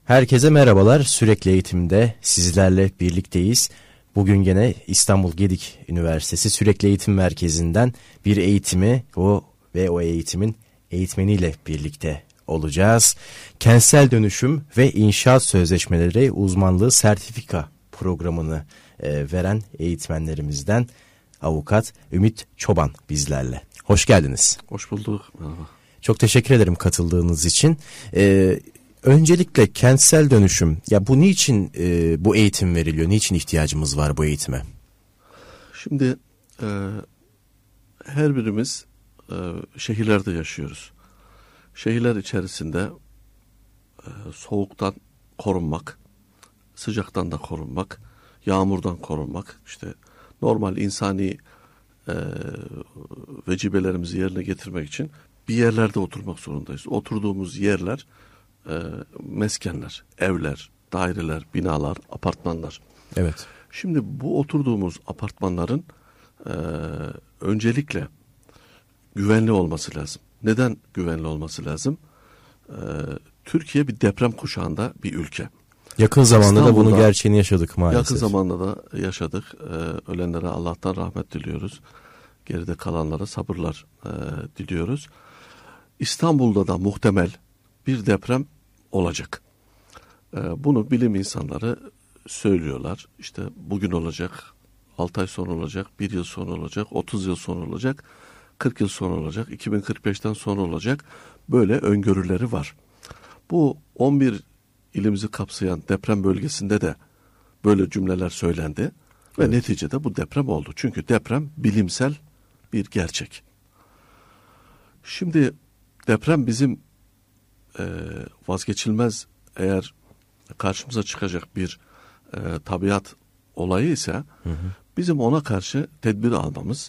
Herkese merhabalar. Sürekli eğitimde sizlerle birlikteyiz. Bugün gene İstanbul Gedik Üniversitesi Sürekli Eğitim Merkezi'nden bir eğitimi o eğitimin eğitmeniyle birlikte olacağız. Kentsel dönüşüm ve inşaat sözleşmeleri uzmanlığı sertifika programını veren eğitmenlerimizden avukat Ümit Çoban bizlerle. Hoş geldiniz. Hoş bulduk. Merhaba. Çok teşekkür ederim katıldığınız için. Öncelikle kentsel dönüşüm, ya bu niçin bu eğitim veriliyor? Niçin ihtiyacımız var bu eğitime? Şimdi her birimiz şehirlerde yaşıyoruz. Şehirler içerisinde soğuktan korunmak, sıcaktan da korunmak, yağmurdan korunmak, işte normal insani vecibelerimizi yerine getirmek için bir yerlerde oturmak zorundayız. Oturduğumuz yerler meskenler, evler, daireler, binalar, apartmanlar. Evet. Şimdi bu oturduğumuz apartmanların öncelikle güvenli olması lazım. Neden güvenli olması lazım? Türkiye bir deprem kuşağında bir ülke. Yakın zamanda da bunun gerçeğini yaşadık maalesef. Yakın zamanda da yaşadık. Ölenlere Allah'tan rahmet diliyoruz. Geride kalanlara sabırlar diliyoruz. İstanbul'da da muhtemel bir deprem olacak. Bunu bilim insanları söylüyorlar. İşte bugün olacak, 6 ay sonra olacak, 1 yıl sonra olacak, 30 yıl sonra olacak, 40 yıl sonra olacak, 2045'ten sonra olacak. Böyle öngörüleri var. Bu 11 ilimizi kapsayan deprem bölgesinde de böyle cümleler söylendi. Ve neticede bu deprem oldu. Çünkü deprem bilimsel bir gerçek. Şimdi deprem bizim vazgeçilmez, eğer karşımıza çıkacak bir tabiat olayı ise bizim ona karşı tedbir almamız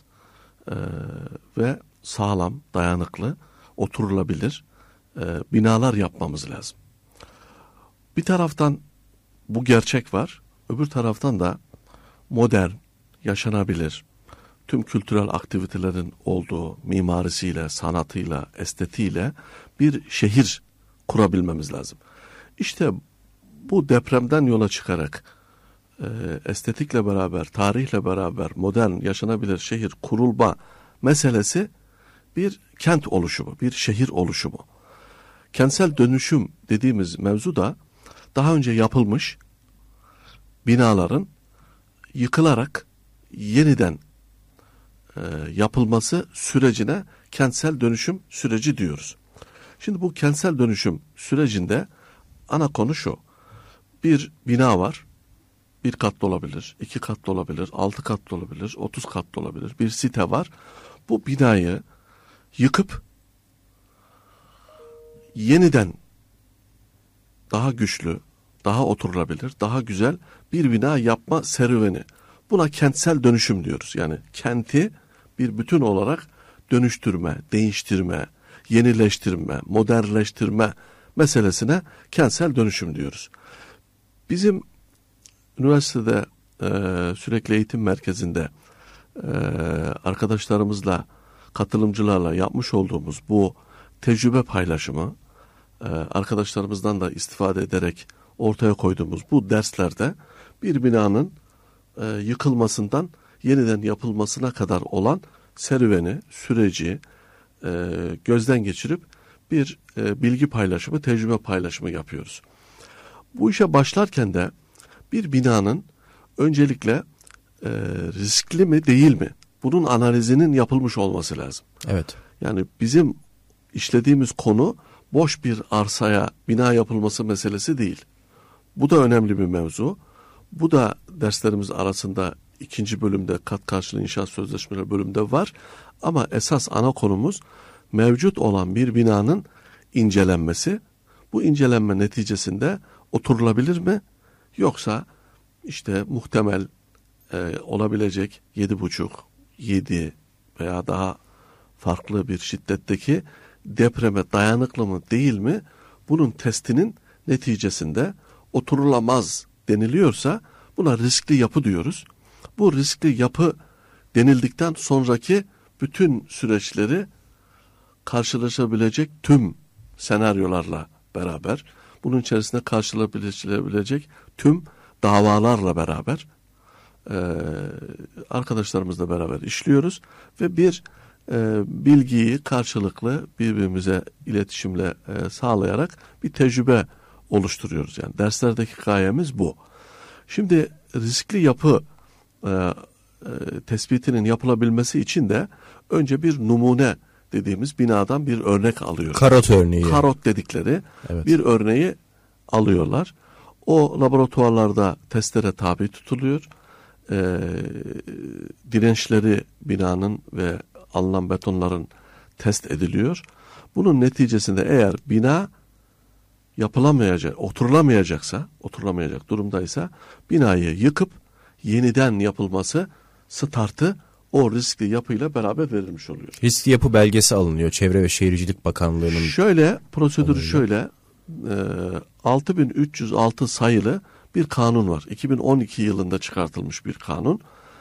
ve sağlam, dayanıklı, oturulabilir binalar yapmamız lazım. Bir taraftan bu gerçek var, öbür taraftan da modern, yaşanabilir, tüm kültürel aktivitelerin olduğu mimarisiyle, sanatıyla, estetiğiyle bir şehir kurabilmemiz lazım. İşte bu depremden yola çıkarak estetikle beraber, tarihle beraber modern, yaşanabilir şehir kurulma meselesi bir kent oluşumu, bir şehir oluşumu. Kentsel dönüşüm dediğimiz mevzu da daha önce yapılmış binaların yıkılarak yeniden yapılması sürecine kentsel dönüşüm süreci diyoruz. Şimdi bu kentsel dönüşüm sürecinde ana konu şu: bir bina var, 1 katlı olabilir, 2 katlı olabilir, 6 katlı olabilir, 30 katlı olabilir. Bir site var. Bu binayı yıkıp yeniden daha güçlü, daha oturulabilir, daha güzel bir bina yapma serüveni. Buna kentsel dönüşüm diyoruz. Yani kenti bir bütün olarak dönüştürme, değiştirme, yenileştirme, modernleştirme meselesine kentsel dönüşüm diyoruz. Bizim üniversitede sürekli eğitim merkezinde arkadaşlarımızla, katılımcılarla yapmış olduğumuz bu tecrübe paylaşımı, arkadaşlarımızdan da istifade ederek ortaya koyduğumuz bu derslerde bir binanın yıkılmasından yeniden yapılmasına kadar olan serüveni, süreci gözden geçirip bir bilgi paylaşımı, tecrübe paylaşımı yapıyoruz. Bu işe başlarken de bir binanın öncelikle riskli mi değil mi? Bunun analizinin yapılmış olması lazım. Evet. Yani bizim işlediğimiz konu boş bir arsaya bina yapılması meselesi değil. Bu da önemli bir mevzu. Bu da derslerimiz arasında 2. bölümde kat karşılığı inşaat sözleşmeleri bölümünde var. Ama esas ana konumuz mevcut olan bir binanın incelenmesi. Bu incelenme neticesinde oturulabilir mi? Yoksa işte muhtemel olabilecek 7,5, 7 veya daha farklı bir şiddetteki depreme dayanıklı mı değil mi? Bunun testinin neticesinde oturulamaz deniliyorsa buna riskli yapı diyoruz. Bu riskli yapı denildikten sonraki bütün süreçleri karşılaşabilecek tüm senaryolarla beraber bunun içerisinde karşılaşılabilecek tüm davalarla beraber arkadaşlarımızla beraber işliyoruz ve bir bilgiyi karşılıklı birbirimize iletişimle sağlayarak bir tecrübe oluşturuyoruz. Yani derslerdeki gayemiz bu. Şimdi riskli yapı tespitinin yapılabilmesi için de önce bir numune dediğimiz binadan bir örnek alıyoruz. Karot örneği. Karot dedikleri evet. bir örneği alıyorlar. O laboratuvarlarda testlere tabi tutuluyor. Dirençleri binanın ve alınan betonların test ediliyor. Bunun neticesinde eğer bina oturulamayacak durumdaysa binayı yıkıp yeniden yapılması startı o riskli yapıyla beraber verilmiş oluyor. Riskli yapı belgesi alınıyor Çevre ve Şehircilik Bakanlığı'nın. Şöyle prosedürü şöyle 6306 sayılı bir kanun var. 2012 yılında çıkartılmış bir kanun.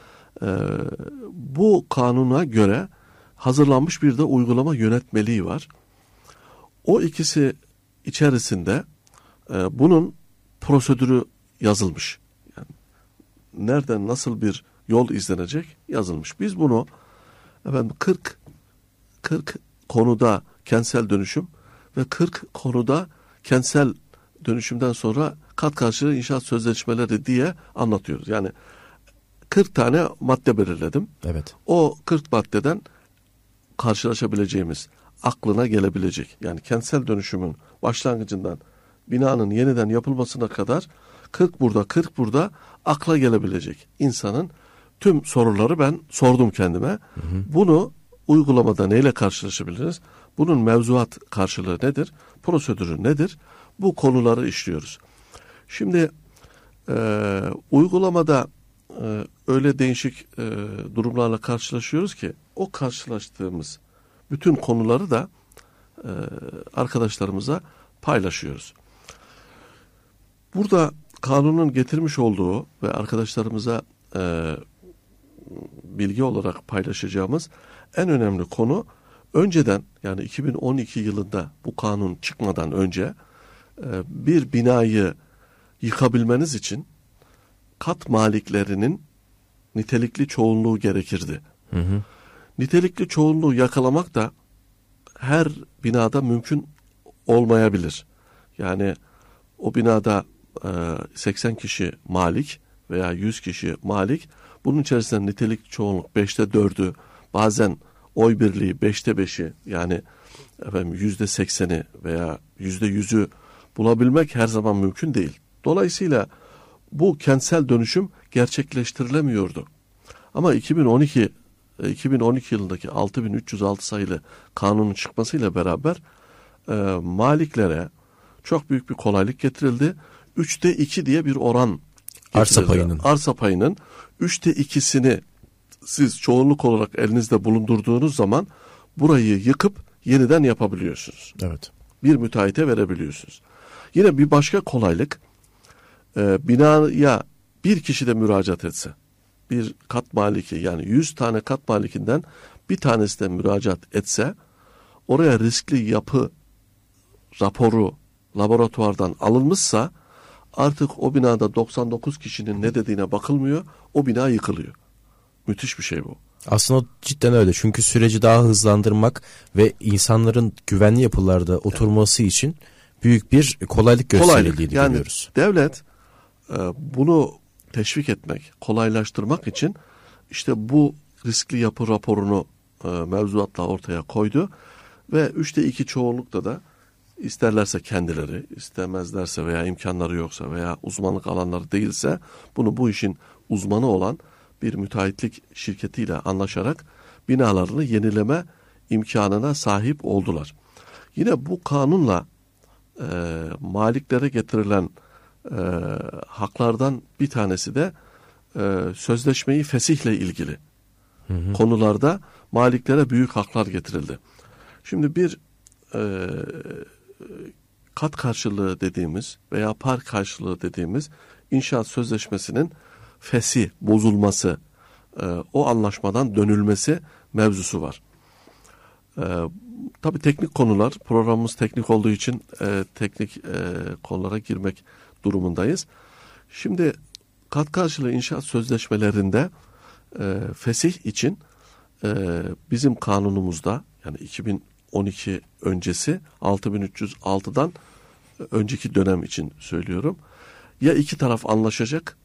Bu kanuna göre hazırlanmış bir de uygulama yönetmeliği var. O ikisi içerisinde bunun prosedürü yazılmış. Yani nereden nasıl bir yol izlenecek yazılmış. Biz bunu 40 konuda kentsel dönüşüm ve 40 konuda kentsel dönüşümden sonra kat karşılığı inşaat sözleşmeleri diye anlatıyoruz. Yani 40 tane madde belirledim. Evet. O 40 maddeden karşılaşabileceğimiz, aklına gelebilecek, yani kentsel dönüşümün başlangıcından binanın yeniden yapılmasına kadar 40 burada akla gelebilecek insanın tüm soruları ben sordum kendime. Bunu uygulamada neyle karşılaşabiliriz? Bunun mevzuat karşılığı nedir? Prosedürü nedir? Bu konuları işliyoruz. Şimdi uygulamada öyle değişik durumlarla karşılaşıyoruz ki o karşılaştığımız bütün konuları da arkadaşlarımıza paylaşıyoruz. Burada kanunun getirmiş olduğu ve arkadaşlarımıza bilgi olarak paylaşacağımız en önemli konu, önceden, yani 2012 yılında bu kanun çıkmadan önce bir binayı yıkabilmeniz için kat maliklerinin nitelikli çoğunluğu gerekirdi. Nitelikli çoğunluğu yakalamak da her binada mümkün olmayabilir. Yani o binada 80 kişi malik veya 100 kişi malik, bunun içerisinde nitelik çoğunluk 5'te 4'ü, bazen oy birliği 5'te 5'i, yani %80'i veya %100'ü bulabilmek her zaman mümkün değil. Dolayısıyla bu kentsel dönüşüm gerçekleştirilemiyordu. Ama 2012 yılındaki 6306 sayılı kanunun çıkmasıyla beraber maliklere çok büyük bir kolaylık getirildi. 3'te 2 diye bir oran getirildi. Arsa payının 3'te 2'sini siz çoğunluk olarak elinizde bulundurduğunuz zaman burayı yıkıp yeniden yapabiliyorsunuz. Evet. Bir müteahhite verebiliyorsunuz. Yine bir başka kolaylık, binaya bir kişi de müracaat etse, bir kat maliki, yani 100 tane kat malikinden bir tanesi de müracaat etse, oraya riskli yapı raporu laboratuvardan alınmışsa artık o binada 99 kişinin ne dediğine bakılmıyor, o bina yıkılıyor. Müthiş bir şey bu. Aslında cidden öyle, çünkü süreci daha hızlandırmak ve insanların güvenli yapılarda oturması için büyük bir kolaylık gösterildiğini görüyoruz. Yani devlet bunu teşvik etmek, kolaylaştırmak için işte bu riskli yapı raporunu mevzuatla ortaya koydu ve 3'te 2 çoğunlukta da isterlerse kendileri, istemezlerse veya imkanları yoksa veya uzmanlık alanları değilse bunu bu işin uzmanı olan bir müteahhitlik şirketiyle anlaşarak binalarını yenileme imkanına sahip oldular. Yine bu kanunla maliklere getirilen haklardan bir tanesi de sözleşmeyi fesihle ilgili konularda maliklere büyük haklar getirildi. Şimdi bir kat karşılığı dediğimiz veya park karşılığı dediğimiz inşaat sözleşmesinin fesih, bozulması, o anlaşmadan dönülmesi mevzusu var. Tabii teknik konular, programımız teknik olduğu için teknik konulara girmek durumundayız. Şimdi kat karşılığı inşaat sözleşmelerinde fesih için bizim kanunumuzda, yani 2012 öncesi 6306'dan önceki dönem için söylüyorum, ya iki taraf anlaşacak,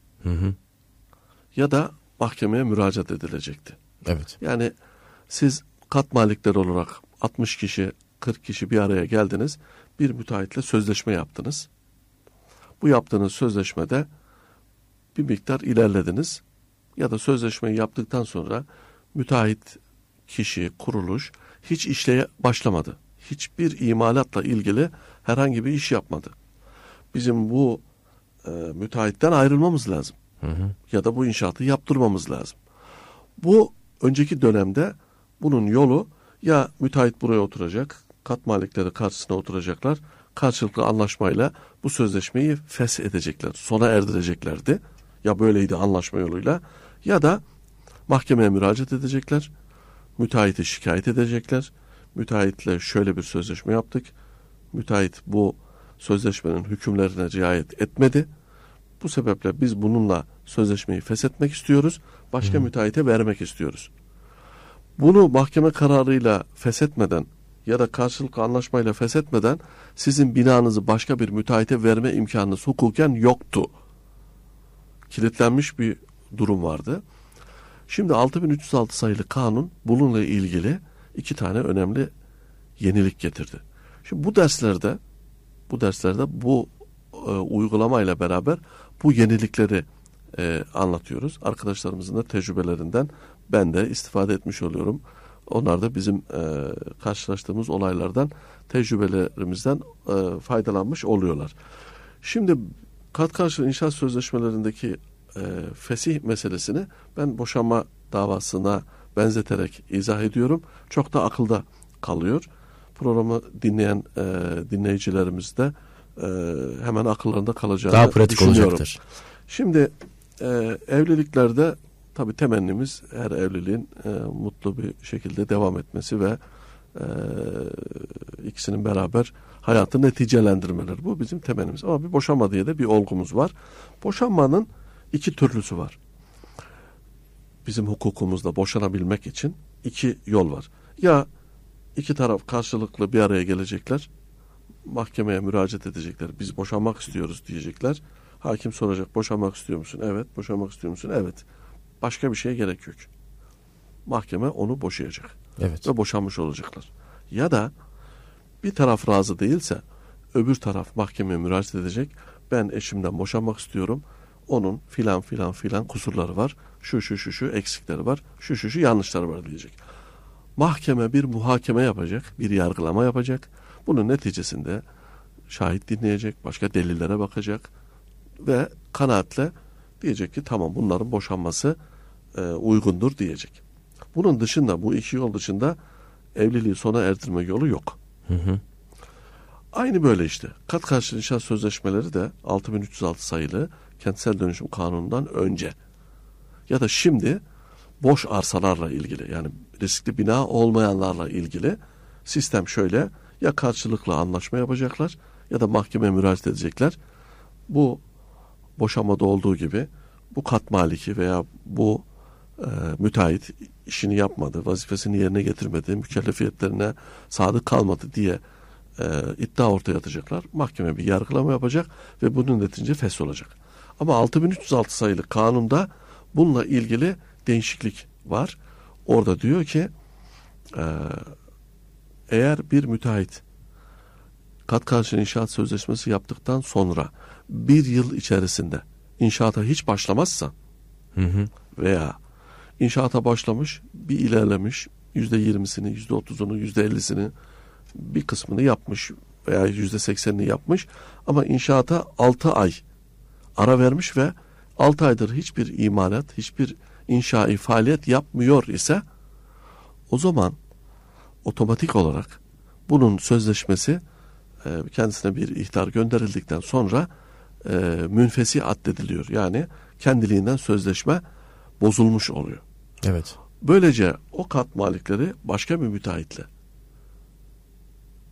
ya da mahkemeye müracaat edilecekti. Evet. Yani siz kat malikleri olarak 60 kişi, 40 kişi bir araya geldiniz, bir müteahhitle sözleşme yaptınız. Bu yaptığınız sözleşmede bir miktar ilerlediniz, ya da sözleşmeyi yaptıktan sonra müteahhit kişi, kuruluş hiç işleye başlamadı. Hiçbir imalatla ilgili herhangi bir iş yapmadı. Bizim bu müteahhitten ayrılmamız lazım. Ya da bu inşaatı yaptırmamız lazım. Bu önceki dönemde bunun yolu, ya müteahhit buraya oturacak, kat malikleri karşısına oturacaklar, karşılıklı anlaşmayla bu sözleşmeyi feshedecekler, sona erdireceklerdi. Ya böyleydi anlaşma yoluyla, ya da mahkemeye müracaat edecekler, müteahhiti şikayet edecekler. Müteahhitle şöyle bir sözleşme yaptık, müteahhit bu sözleşmenin hükümlerine riayet etmedi. Bu sebeple biz bununla sözleşmeyi feshetmek istiyoruz, başka müteahhite vermek istiyoruz. Bunu mahkeme kararıyla feshetmeden ya da karşılıklı anlaşmayla feshetmeden sizin binanızı başka bir müteahhite verme imkanınız hukuken yoktu. Kilitlenmiş bir durum vardı. Şimdi 6306 sayılı kanun bununla ilgili iki tane önemli yenilik getirdi. Şimdi bu derslerde bu uygulamayla beraber bu yenilikleri anlatıyoruz. Arkadaşlarımızın da tecrübelerinden ben de istifade etmiş oluyorum. Onlar da bizim karşılaştığımız olaylardan, tecrübelerimizden faydalanmış oluyorlar. Şimdi kat karşılığı inşaat sözleşmelerindeki fesih meselesini ben boşanma davasına benzeterek izah ediyorum. Çok da akılda kalıyor. Programı dinleyen dinleyicilerimiz de hemen akıllarında kalacağını daha pratik düşünüyorum. Olacaktır. Şimdi evliliklerde tabii temennimiz her evliliğin mutlu bir şekilde devam etmesi ve ikisinin beraber hayatı neticelendirmeleri. Bu bizim temennimiz. Ama bir boşanma diye de bir olgumuz var. Boşanmanın iki türlüsü var. Bizim hukukumuzda boşanabilmek için iki yol var. Ya iki taraf karşılıklı bir araya gelecekler, mahkemeye müracaat edecekler, biz boşanmak istiyoruz diyecekler. Hakim soracak, boşanmak istiyor musun? Evet. Boşanmak istiyor musun? Evet. Başka bir şeye gerek yok. Mahkeme onu boşayacak. Evet. Ve boşanmış olacaklar. Ya da bir taraf razı değilse öbür taraf mahkemeye müracaat edecek. Ben eşimden boşanmak istiyorum. Onun filan kusurları var. Şu eksikleri var. Şu yanlışları var diyecek. Mahkeme bir muhakeme yapacak. Bir yargılama yapacak. Bunun neticesinde şahit dinleyecek. Başka delillere bakacak. Ve kanaatle diyecek ki tamam, bunların boşanması uygundur diyecek. Bunun dışında, bu iki yol dışında evliliği sona erdirme yolu yok. Aynı böyle işte. Kat karşılığı inşaat sözleşmeleri de 6306 sayılı Kentsel Dönüşüm Kanunu'ndan önce ya da şimdi boş arsalarla ilgili, yani riskli bina olmayanlarla ilgili sistem şöyle: ya karşılıklı anlaşma yapacaklar ya da mahkemeye müracaat edecekler. Bu boşanmada olduğu gibi bu kat maliki veya bu müteahhit işini yapmadı, vazifesini yerine getirmedi, mükellefiyetlerine sadık kalmadı diye iddia ortaya atacaklar. Mahkeme bir yargılama yapacak ve bunun neticesi fesih olacak. Ama 6306 sayılı kanunda bununla ilgili değişiklik var. Orada diyor ki eğer bir müteahhit kat karşılığı inşaat sözleşmesi yaptıktan sonra bir yıl içerisinde inşaata hiç başlamazsa veya inşaata başlamış, bir ilerlemiş, %20'sini, %30'unu, %50'sini, bir kısmını yapmış veya %80'ini yapmış ama inşaata 6 ay ara vermiş ve 6 aydır hiçbir imalat, hiçbir inşai faaliyet yapmıyor ise o zaman otomatik olarak bunun sözleşmesi kendisine bir ihtar gönderildikten sonra münfesi addediliyor. Yani kendiliğinden sözleşme bozulmuş oluyor. Evet. Böylece o kat malikleri başka bir müteahhitle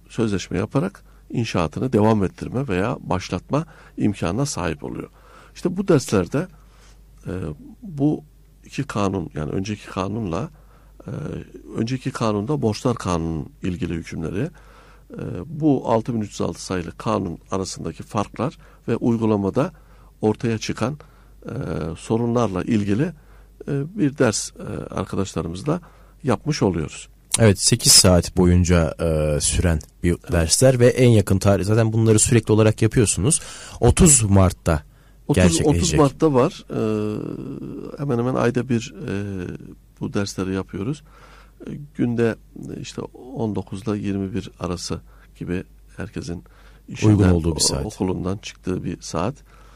sözleşme yaparak inşaatını devam ettirme veya başlatma imkanına sahip oluyor. İşte bu derslerde bu iki kanun, yani önceki kanunla önceki kanunda borçlar kanunun ilgili hükümleri, bu 6306 sayılı kanun arasındaki farklar ve uygulamada ortaya çıkan sorunlarla ilgili bir ders arkadaşlarımızla yapmış oluyoruz. Evet, 8 saat boyunca süren bir dersler ve en yakın tarih, zaten bunları sürekli olarak yapıyorsunuz. 30 Mart'ta gerçekleşecek. 30 Mart'ta var. Hemen hemen ayda bir bu dersleri yapıyoruz. Günde işte 19 ile 21 arası gibi, herkesin işinden, uygun olduğu bir saat, okulundan çıktığı bir saat.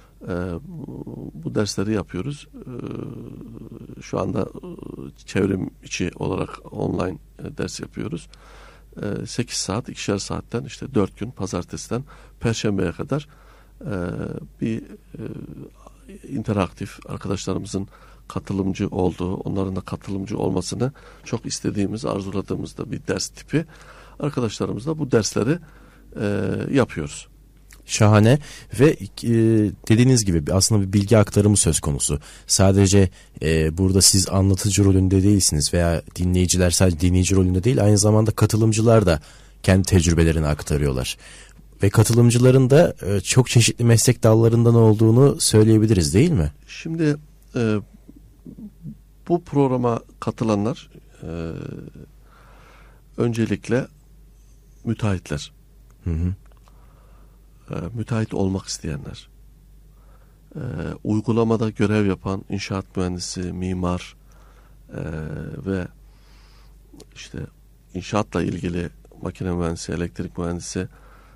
Bu dersleri yapıyoruz. Şu anda çevrim içi olarak online ders yapıyoruz. 8 saat, 2'şer saatten işte 4 gün, pazartesiden perşembeye kadar bir interaktif, arkadaşlarımızın katılımcı olduğu, onların da katılımcı olmasını çok istediğimiz, arzuladığımız da bir ders tipi. Arkadaşlarımızla bu dersleri yapıyoruz. Şahane ve dediğiniz gibi aslında bir bilgi aktarımı söz konusu. Sadece burada siz anlatıcı rolünde değilsiniz veya dinleyiciler sadece dinleyici rolünde değil, aynı zamanda katılımcılar da kendi tecrübelerini aktarıyorlar. Ve katılımcıların da çok çeşitli meslek dallarından olduğunu söyleyebiliriz, değil mi? Şimdi bu programa katılanlar öncelikle müteahhitler. Hı hı. Müteahhit olmak isteyenler, uygulamada görev yapan inşaat mühendisi, mimar ve işte inşaatla ilgili makine mühendisi, elektrik mühendisi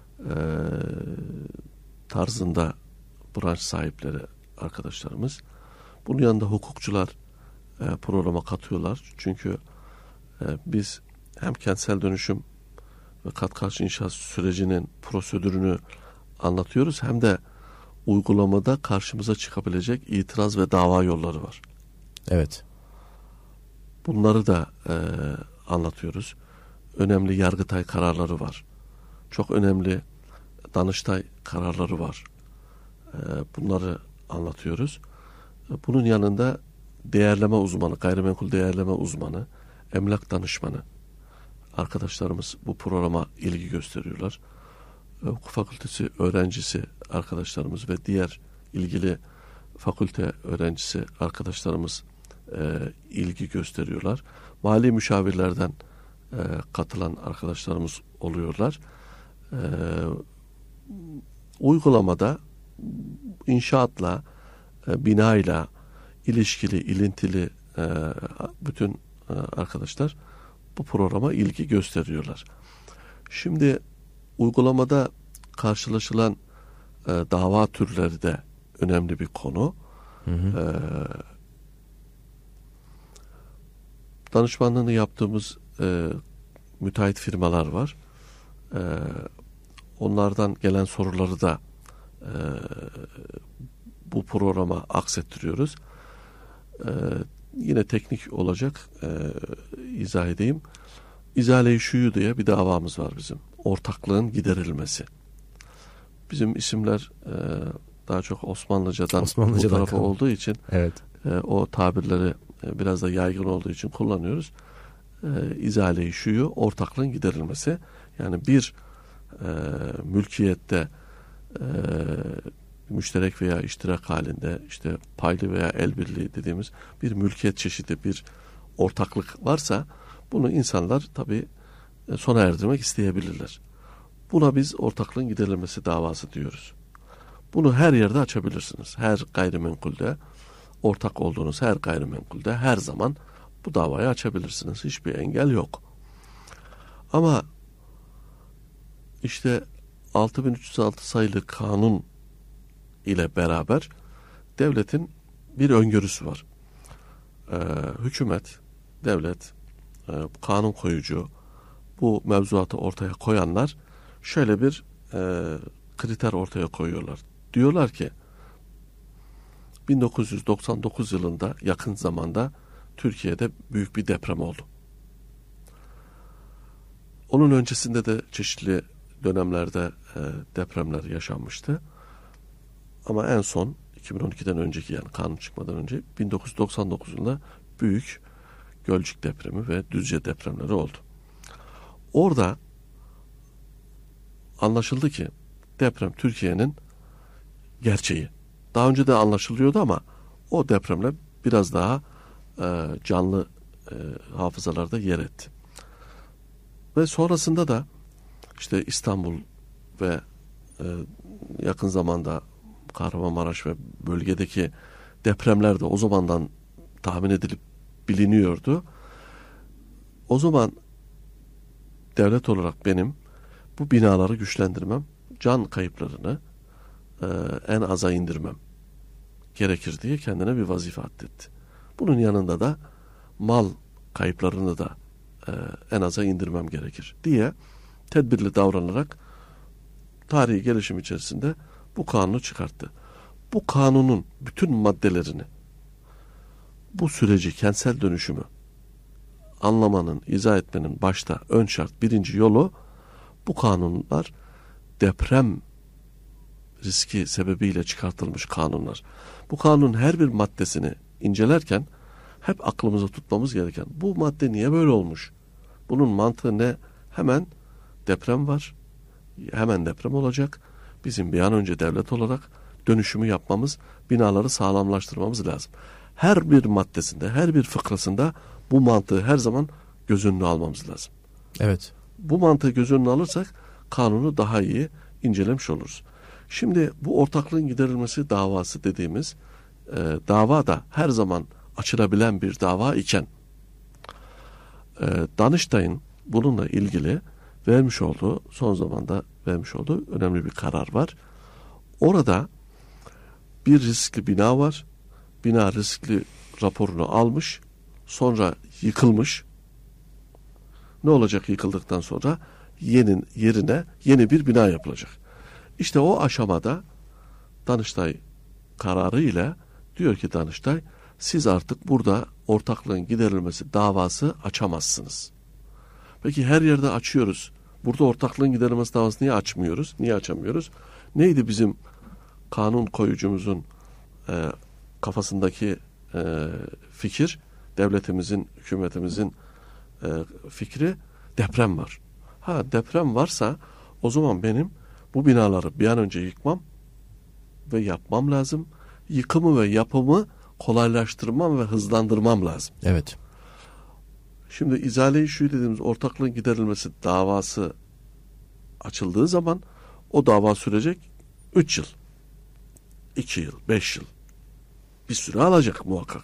tarzında branş sahipleri arkadaşlarımız. Bunun yanında hukukçular programa katıyorlar. Çünkü biz hem kentsel dönüşüm ve kat karşı inşaat sürecinin prosedürünü anlatıyoruz, hem de uygulamada karşımıza çıkabilecek itiraz ve dava yolları var. Evet. Bunları da anlatıyoruz. Önemli Yargıtay kararları var. Çok önemli Danıştay kararları var. Bunları anlatıyoruz. Bunun yanında değerleme uzmanı, gayrimenkul değerleme uzmanı, emlak danışmanı arkadaşlarımız bu programa ilgi gösteriyorlar. Hukuk fakültesi öğrencisi arkadaşlarımız ve diğer ilgili fakülte öğrencisi arkadaşlarımız ilgi gösteriyorlar. Mali müşavirlerden katılan arkadaşlarımız oluyorlar. Uygulamada inşaatla, binayla ilişkili, ilintili bütün arkadaşlar bu programa ilgi gösteriyorlar. Şimdi uygulamada karşılaşılan dava türleri de önemli bir konu. Hı hı. Danışmanlığını yaptığımız müteahhit firmalar var. Onlardan gelen soruları da bu programa aksettiriyoruz. Yine teknik olacak, izah edeyim. İzale-i şuyu diye bir davamız var bizim. Ortaklığın giderilmesi. Bizim isimler daha çok Osmanlıcadan bu tarafı olduğu için, evet, o tabirleri biraz da yaygın olduğu için kullanıyoruz. İzale-i şuyu, ortaklığın giderilmesi. Yani bir mülkiyette müşterek veya iştirak halinde, işte paylı veya el birliği dediğimiz bir mülkiyet çeşidi, bir ortaklık varsa bunu insanlar tabii sona erdirmek isteyebilirler. Buna biz ortaklığın giderilmesi davası diyoruz. Bunu her yerde açabilirsiniz. Her gayrimenkulde, ortak olduğunuz her gayrimenkulde her zaman bu davayı açabilirsiniz. Hiçbir engel yok. Ama işte 6306 sayılı kanun ile beraber devletin bir öngörüsü var. Hükümet, devlet, kanun koyucu, bu mevzuatı ortaya koyanlar şöyle bir kriter ortaya koyuyorlar. Diyorlar ki 1999 yılında, yakın zamanda Türkiye'de büyük bir deprem oldu. Onun öncesinde de çeşitli dönemlerde depremler yaşanmıştı. Ama en son 2012'den önceki, yani kanun çıkmadan önce 1999 yılında büyük Gölcük depremi ve Düzce depremleri oldu. Orada anlaşıldı ki deprem Türkiye'nin gerçeği. Daha önce de anlaşılıyordu ama o depremler biraz daha canlı hafızalarda yer etti. Ve sonrasında da işte İstanbul ve yakın zamanda Kahramanmaraş ve bölgedeki depremler de o zamandan tahmin edilip biliniyordu. O zaman devlet olarak benim bu binaları güçlendirmem, can kayıplarını en aza indirmem gerekir diye kendine bir vazife atfetti. Bunun yanında da mal kayıplarını da en aza indirmem gerekir diye tedbirli davranarak tarihi gelişim içerisinde bu kanunu çıkarttı. Bu kanunun bütün maddelerini, bu süreci, kentsel dönüşümü anlamanın, izah etmenin başta ön şart, birinci yolu, bu kanunlar deprem riski sebebiyle çıkartılmış kanunlar. Bu kanunun her bir maddesini incelerken hep aklımıza tutmamız gereken, bu madde niye böyle olmuş? Bunun mantığı ne? Hemen deprem var. Hemen deprem olacak. Bizim bir an önce devlet olarak dönüşümü yapmamız, binaları sağlamlaştırmamız lazım. Her bir maddesinde, her bir fıkrasında bu mantığı her zaman göz önüne almamız lazım. Evet. Bu mantığı göz önüne alırsak kanunu daha iyi incelemiş oluruz. Şimdi bu ortaklığın giderilmesi davası dediğimiz dava da her zaman açılabilen bir dava iken Danıştay'ın bununla ilgili son zamanda vermiş olduğu önemli bir karar var. Orada bir riskli bina var. Bina riskli raporunu almış. Sonra yıkılmış. Ne olacak yıkıldıktan sonra? Yerine yeni bir bina yapılacak. İşte o aşamada Danıştay kararı ile diyor ki Danıştay, siz artık burada ortaklığın giderilmesi davası açamazsınız. Peki her yerde açıyoruz. Burada ortaklığın giderilmesi davası niye açmıyoruz? Niye açamıyoruz? Neydi bizim kanun koyucumuzun kafasındaki fikir? Devletimizin, hükümetimizin fikri deprem var. Deprem varsa o zaman benim bu binaları bir an önce yıkmam ve yapmam lazım. Yıkımı ve yapımı kolaylaştırmam ve hızlandırmam lazım. Evet. Şimdi izale-i şuur dediğimiz ortaklığın giderilmesi davası açıldığı zaman o dava sürecek 3 yıl, 2 yıl, 5 yıl. Bir süre alacak muhakkak.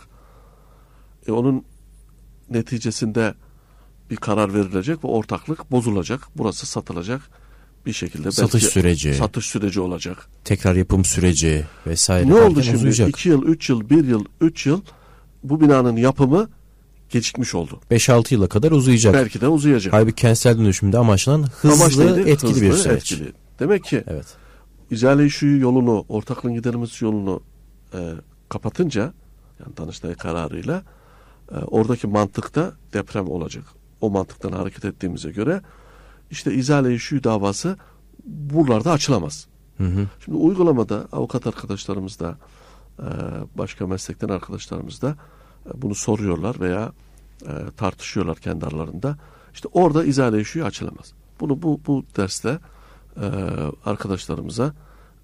Onun neticesinde bir karar verilecek ve ortaklık bozulacak. Burası satılacak bir şekilde. Satış süreci olacak. Tekrar yapım süreci vesaire. Ne oldu şimdi? Uzayacak. 2 yıl, 3 yıl, 1 yıl, 3 yıl bu binanın yapımı gecikmiş oldu. 5-6 yıla kadar uzayacak. Belki de uzayacak. Halbuki kentsel dönüşümde amaçlanan hızlı, etkili bir süreç. Etkili. Demek ki evet. izale-i şuur yolunu, ortaklığın giderilmesi yolunu kapatınca, yani Danıştay kararıyla oradaki mantıkta deprem olacak. O mantıktan hareket ettiğimize göre işte izale-i şuur davası buralarda açılamaz. Hı. Şimdi uygulamada avukat arkadaşlarımız da başka meslekten arkadaşlarımız da bunu soruyorlar veya tartışıyorlar kendi aralarında. İşte orada izale-i şuur açılamaz. Bunu bu derste arkadaşlarımıza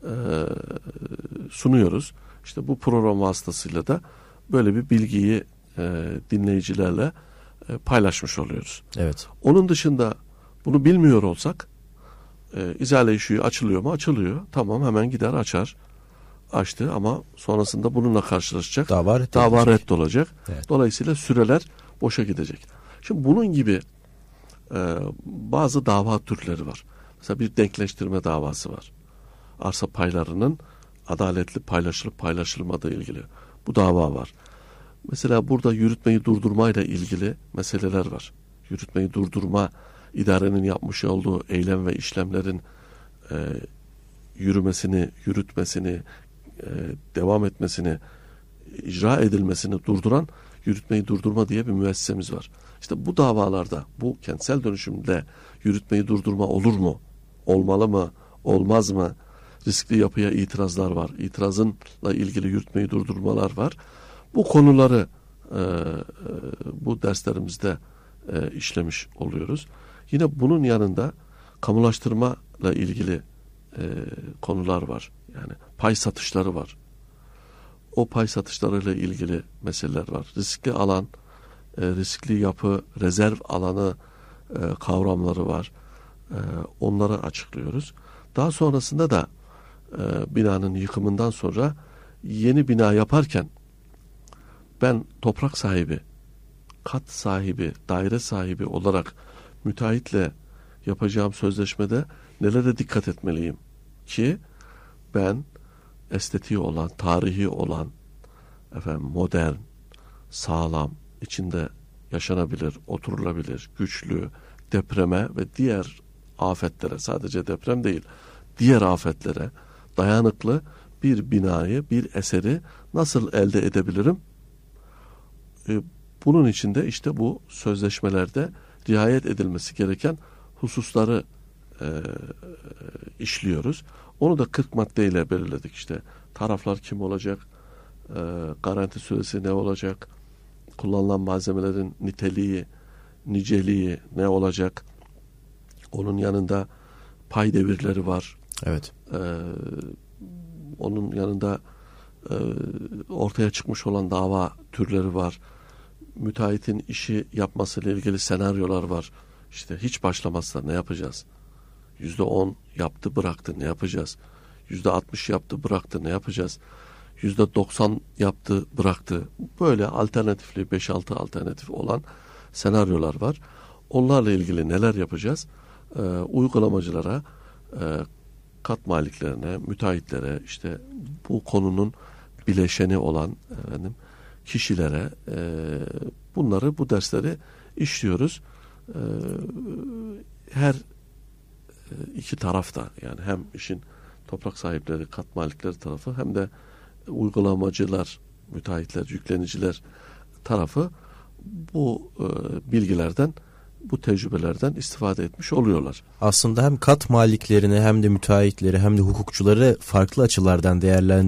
sunuyoruz. İşte bu program vasıtasıyla da böyle bir bilgiyi dinleyicilerle paylaşmış oluyoruz. Evet. Onun dışında bunu bilmiyor olsak izale-i şuur açılıyor mu? Açılıyor. Tamam, hemen gider açar. Açtı ama sonrasında bununla karşılaşacak. Dava reddolacak. Evet. Dolayısıyla süreler boşa gidecek. Şimdi bunun gibi bazı dava türleri var. Mesela bir denkleştirme davası var. Arsa paylarının adaletli paylaşılıp paylaşılmadığı ilgili. Bu dava var. Mesela burada yürütmeyi durdurmayla ilgili meseleler var. Yürütmeyi durdurma, idarenin yapmış olduğu eylem ve işlemlerin yürütmesini, devam etmesini, icra edilmesini durduran Yürütmeyi Durdurma diye bir müessesemiz var. İşte bu davalarda, bu kentsel dönüşümde yürütmeyi durdurma olur mu? Olmalı mı? Olmaz mı? Riskli yapıya itirazlar var. İtirazınla ilgili yürütmeyi durdurmalar var. Bu konuları bu derslerimizde işlemiş oluyoruz. Yine bunun yanında kamulaştırma ile ilgili konular var. Yani pay satışları var. O pay satışlarıyla ilgili meseleler var. Riskli alan, riskli yapı, rezerv alanı kavramları var. Onları açıklıyoruz. Daha sonrasında da binanın yıkımından sonra yeni bina yaparken ben toprak sahibi, kat sahibi, daire sahibi olarak müteahhitle yapacağım sözleşmede nelere dikkat etmeliyim ki ben estetiği olan, tarihi olan, modern, sağlam, içinde yaşanabilir, oturulabilir, güçlü, depreme ve diğer afetlere, sadece deprem değil, diğer afetlere dayanıklı bir binayı, bir eseri nasıl elde edebilirim? Bunun için de işte bu sözleşmelerde riayet edilmesi gereken hususları işliyoruz. Onu da 40 maddeyle belirledik işte. Taraflar kim olacak? Garanti süresi ne olacak? Kullanılan malzemelerin niteliği, niceliği ne olacak? Onun yanında pay devirleri var. Evet. Onun yanında ortaya çıkmış olan dava türleri var. Müteahhitin işi yapmasıyla ilgili senaryolar var. İşte hiç başlamazsa ne yapacağız? %10 yaptı bıraktı ne yapacağız? %60 yaptı bıraktı ne yapacağız? %90 yaptı bıraktı. Böyle alternatifli 5-6 alternatif olan senaryolar var. Onlarla ilgili neler yapacağız? Uygulamacılara, kat maliklerine, müteahhitlere, işte bu konunun bileşeni olan kişilere bunları, bu dersleri işliyoruz. Her iki tarafta, yani hem işin toprak sahipleri, kat malikleri tarafı hem de uygulamacılar, müteahhitler, yükleniciler tarafı bu bilgilerden, bu tecrübelerden istifade etmiş oluyorlar. Aslında hem kat maliklerini hem de müteahhitleri hem de hukukçuları farklı açılardan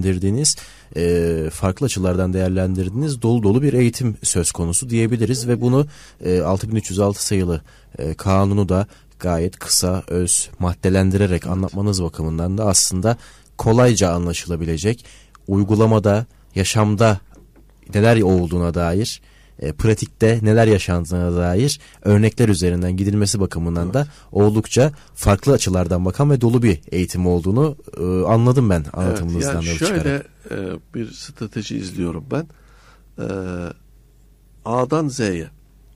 değerlendirdiğiniz dolu dolu bir eğitim söz konusu diyebiliriz ve bunu 6306 sayılı kanunu da gayet kısa, öz, maddelendirerek anlatmanız bakımından da aslında kolayca anlaşılabilecek, uygulamada, yaşamda neler olduğuna dair, pratikte neler yaşandığına dair örnekler üzerinden gidilmesi bakımından da oldukça farklı açılardan bakan ve dolu bir eğitim olduğunu anladım ben anlatımınızdan. Yani şöyle bir strateji izliyorum ben. A'dan Z'ye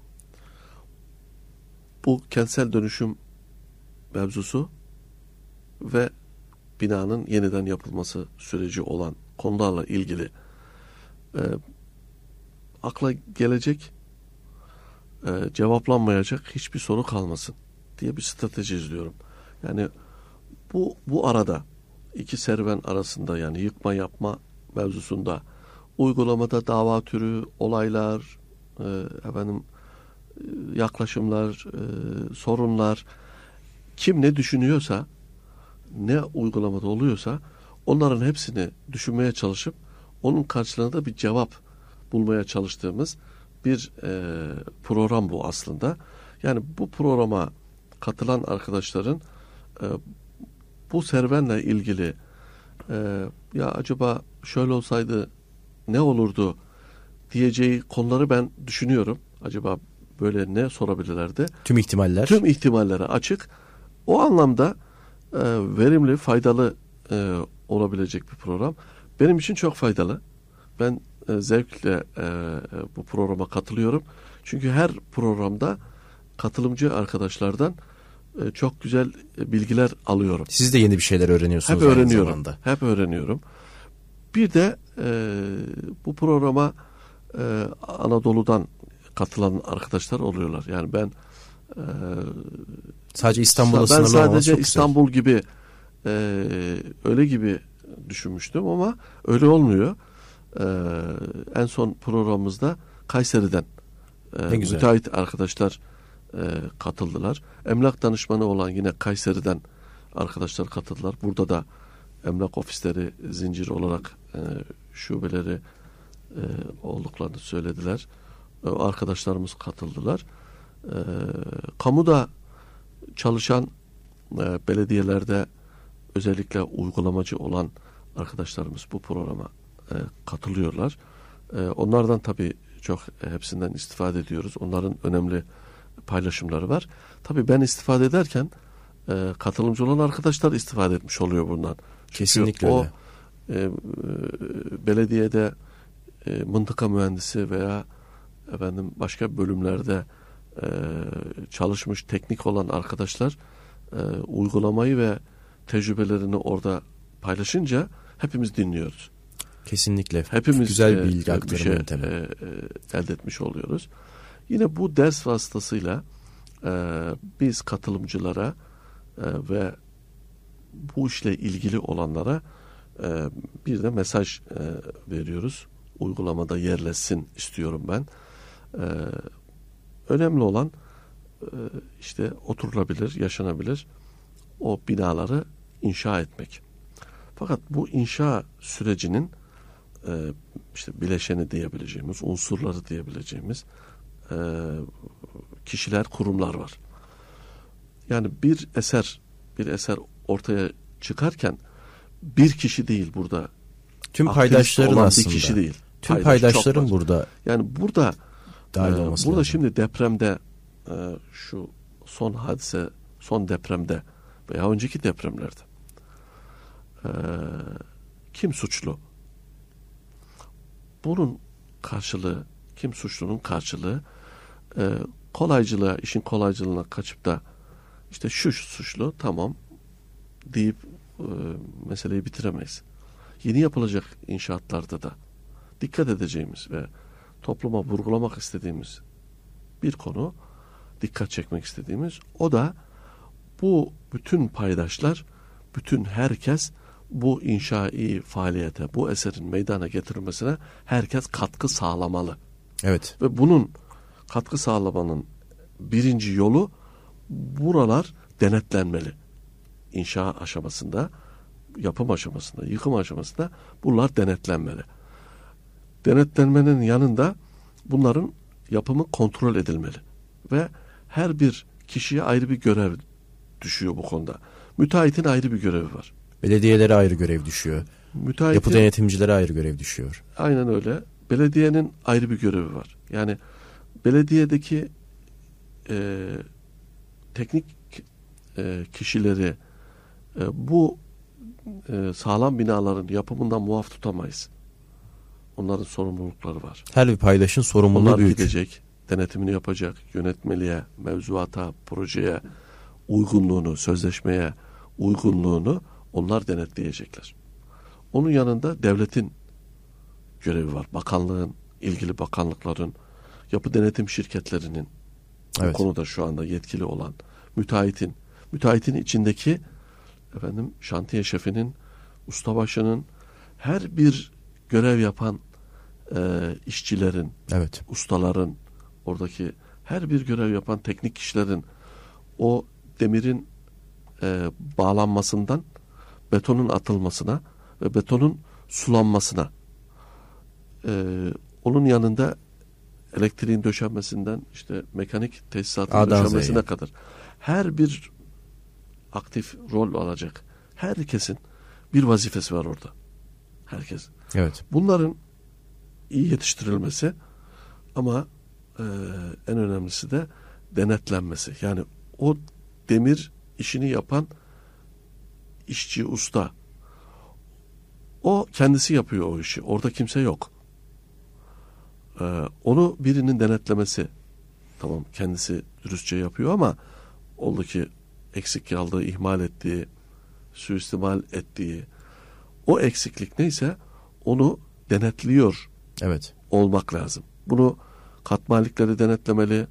bu kentsel dönüşüm mevzusu ve binanın yeniden yapılması süreci olan konularla ilgili akla gelecek, cevaplanmayacak hiçbir soru kalmasın diye bir strateji izliyorum. Yani bu arada iki serüven arasında, yani yıkma yapma mevzusunda uygulamada dava türü, olaylar, yaklaşımlar, sorunlar, kim ne düşünüyorsa, ne uygulamada oluyorsa onların hepsini düşünmeye çalışıp onun karşılığında bir cevap bulmaya çalıştığımız bir program bu aslında. Yani bu programa katılan arkadaşların bu serüvenle ilgili ya acaba şöyle olsaydı ne olurdu diyeceği konuları ben düşünüyorum. Acaba böyle ne sorabilirlerdi? Tüm ihtimaller. Tüm ihtimallere açık. O anlamda verimli, faydalı olabilecek bir program. Benim için çok faydalı. Ben zevkle bu programa katılıyorum. Çünkü her programda katılımcı arkadaşlardan çok güzel bilgiler alıyorum. Siz de yeni bir şeyler öğreniyorsunuz. Hep öğreniyorum. Hep öğreniyorum. Bir de bu programa Anadolu'dan katılan arkadaşlar oluyorlar. Yani ben sadece İstanbul'da sınırlı olması çok güzel. Ben sadece İstanbul gibi öyle gibi düşünmüştüm ama öyle olmuyor. En son programımızda Kayseri'den müteahhit arkadaşlar katıldılar. Emlak danışmanı olan yine Kayseri'den arkadaşlar katıldılar. Burada da emlak ofisleri zincir olarak şubeleri olduklarını söylediler. Arkadaşlarımız katıldılar. Kamuda çalışan belediyelerde özellikle uygulamacı olan arkadaşlarımız bu programa katılıyorlar. Onlardan tabii çok hepsinden istifade ediyoruz. Onların önemli paylaşımları var. Tabii ben istifade ederken katılımcı olan arkadaşlar istifade etmiş oluyor bundan. Kesinlikle öyle. Belediyede mıntıka mühendisi veya başka bölümlerde çalışmış teknik olan arkadaşlar uygulamayı ve tecrübelerini orada paylaşınca hepimiz dinliyoruz. Kesinlikle. Hepimiz güzel bir bilgi aktarımı yöntemi elde etmiş oluyoruz. Yine bu ders vasıtasıyla biz katılımcılara ve bu işle ilgili olanlara bir de mesaj veriyoruz. Uygulamada yerleşsin istiyorum ben. Önemli olan işte oturulabilir, yaşanabilir o binaları inşa etmek. Fakat bu inşa sürecinin işte bileşeni diyebileceğimiz, unsurları diyebileceğimiz kişiler, kurumlar var. Yani bir eser ortaya çıkarken bir kişi değil burada. Tüm paydaşların aslında. Bir kişi değil. Tüm paydaşların burada. Yani burada dahil olması burada lazım. şimdi depremde şu son depremde veya önceki depremlerde kim suçlu? Bunun karşılığı, kim suçlunun karşılığı işin kolaycılığına kaçıp da işte şu suçlu tamam deyip meseleyi bitiremeyiz. Yeni yapılacak inşaatlarda da dikkat edeceğimiz ve topluma vurgulamak istediğimiz bir konu, dikkat çekmek istediğimiz, o da bu bütün paydaşlar, bütün herkes bu inşai faaliyete, bu eserin meydana getirilmesine herkes katkı sağlamalı. Evet. Ve bunun katkı sağlamanın birinci yolu buralar denetlenmeli. İnşa aşamasında, yapım aşamasında, yıkım aşamasında bunlar denetlenmeli. Denetlenmenin yanında bunların yapımı kontrol edilmeli. Ve her bir kişiye ayrı bir görev düşüyor bu konuda. Müteahhitin ayrı bir görevi var. Belediyelere ayrı görev düşüyor. Yapı denetimcilere ayrı görev düşüyor. Aynen öyle. Belediyenin ayrı bir görevi var. Yani belediyedeki teknik kişileri bu sağlam binaların yapımından muaf tutamayız. Onların sorumlulukları var. Her bir paydaşın sorumluluğu onlar büyük. Gidecek, denetimini yapacak, yönetmeliğe, mevzuata, projeye uygunluğunu, sözleşmeye uygunluğunu onlar denetleyecekler. Onun yanında devletin görevi var. Bakanlığın, ilgili bakanlıkların, yapı denetim şirketlerinin bu konuda şu anda yetkili olan müteahhitin içindeki şantiye şefinin, ustabaşının, her bir görev yapan işçilerin, ustaların, oradaki her bir görev yapan teknik kişilerin o demirin bağlanmasından betonun atılmasına ve betonun sulanmasına, onun yanında elektriğin döşenmesinden işte mekanik tesisatın döşenmesine kadar her bir aktif rol alacak herkesin bir vazifesi var orada. Herkes. Evet. Bunların iyi yetiştirilmesi ama en önemlisi de denetlenmesi. Yani o demir işini yapan işçi, usta, o kendisi yapıyor o işi. Orada kimse yok. Onu birinin denetlemesi. Tamam, kendisi dürüstçe yapıyor ama oldu ki eksik kaldığı, ihmal ettiği, suistimal ettiği o eksiklik neyse onu denetliyor olmak lazım. Bunu kat malikleri denetlemeli,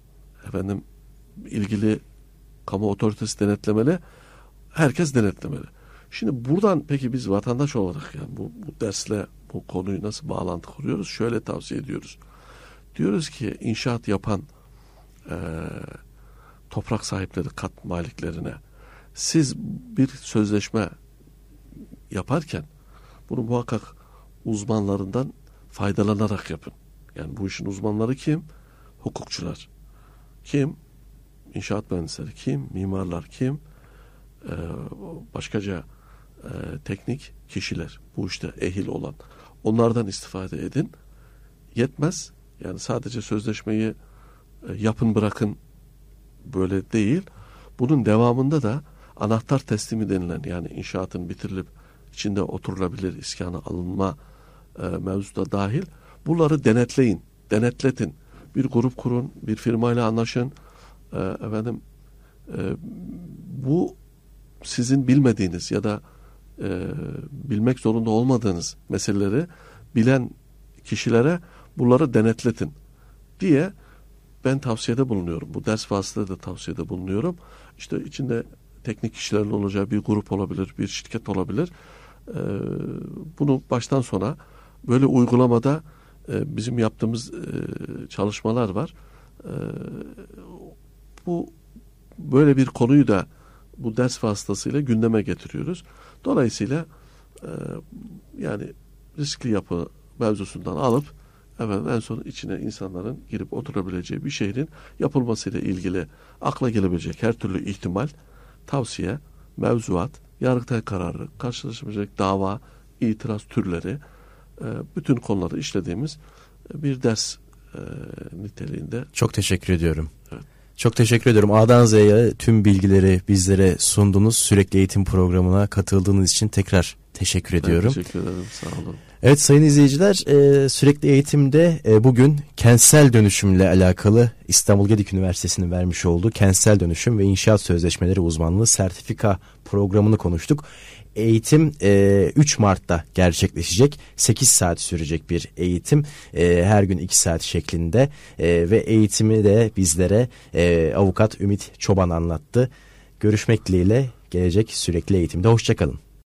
ilgili kamu otoritesi denetlemeli, herkes denetlemeli. Şimdi buradan peki biz vatandaş olarak yani bu dersle bu konuyu nasıl bağlantı kuruyoruz? Şöyle tavsiye ediyoruz. Diyoruz ki inşaat yapan toprak sahipleri, kat maliklerine, siz bir sözleşme yaparken bunu muhakkak uzmanlarından faydalanarak yapın. Yani bu işin uzmanları kim? Hukukçular. Kim? İnşaat mühendisleri. Kim? Mimarlar. Kim? Başkaca teknik kişiler. Bu işte ehil olan. Onlardan istifade edin. Yetmez. Yani sadece sözleşmeyi yapın bırakın böyle değil. Bunun devamında da anahtar teslimi denilen, yani inşaatın bitirilip içinde oturulabilir, iskana alınma mevzu da dahil. Bunları denetleyin, denetletin. Bir grup kurun, bir firmayla anlaşın. Bu sizin bilmediğiniz ya da bilmek zorunda olmadığınız meseleleri bilen kişilere bunları denetletin diye ben tavsiyede bulunuyorum. Bu ders vasıtasıyla da tavsiyede bulunuyorum. İşte içinde teknik kişilerin olacağı bir grup olabilir, bir şirket olabilir. Bunu baştan sona böyle uygulamada bizim yaptığımız çalışmalar var. Bu böyle bir konuyu da bu ders vasıtasıyla gündeme getiriyoruz. Dolayısıyla yani riskli yapı mevzusundan alıp en son içine insanların girip oturabileceği bir şehrin yapılmasıyla ilgili akla gelebilecek her türlü ihtimal, tavsiye, mevzuat, yargıtay kararı, karşılaşılacak dava, itiraz türleri, bütün konuları işlediğimiz bir ders niteliğinde. Çok teşekkür ediyorum. Evet. Çok teşekkür ediyorum. A'dan Z'ye tüm bilgileri bizlere sundunuz. Sürekli eğitim programına katıldığınız için tekrar teşekkür ediyorum. Teşekkür ederim. Sağ olun. Evet sayın izleyiciler, sürekli eğitimde bugün kentsel dönüşümle alakalı İstanbul Gedik Üniversitesi'nin vermiş olduğu kentsel dönüşüm ve inşaat sözleşmeleri uzmanlığı sertifika programını konuştuk. Eğitim 3 Mart'ta gerçekleşecek. 8 saat sürecek bir eğitim. Her gün 2 saat şeklinde ve eğitimi de bizlere avukat Ümit Çoban anlattı. Görüşmek dileğiyle gelecek sürekli eğitimde. Hoşça kalın.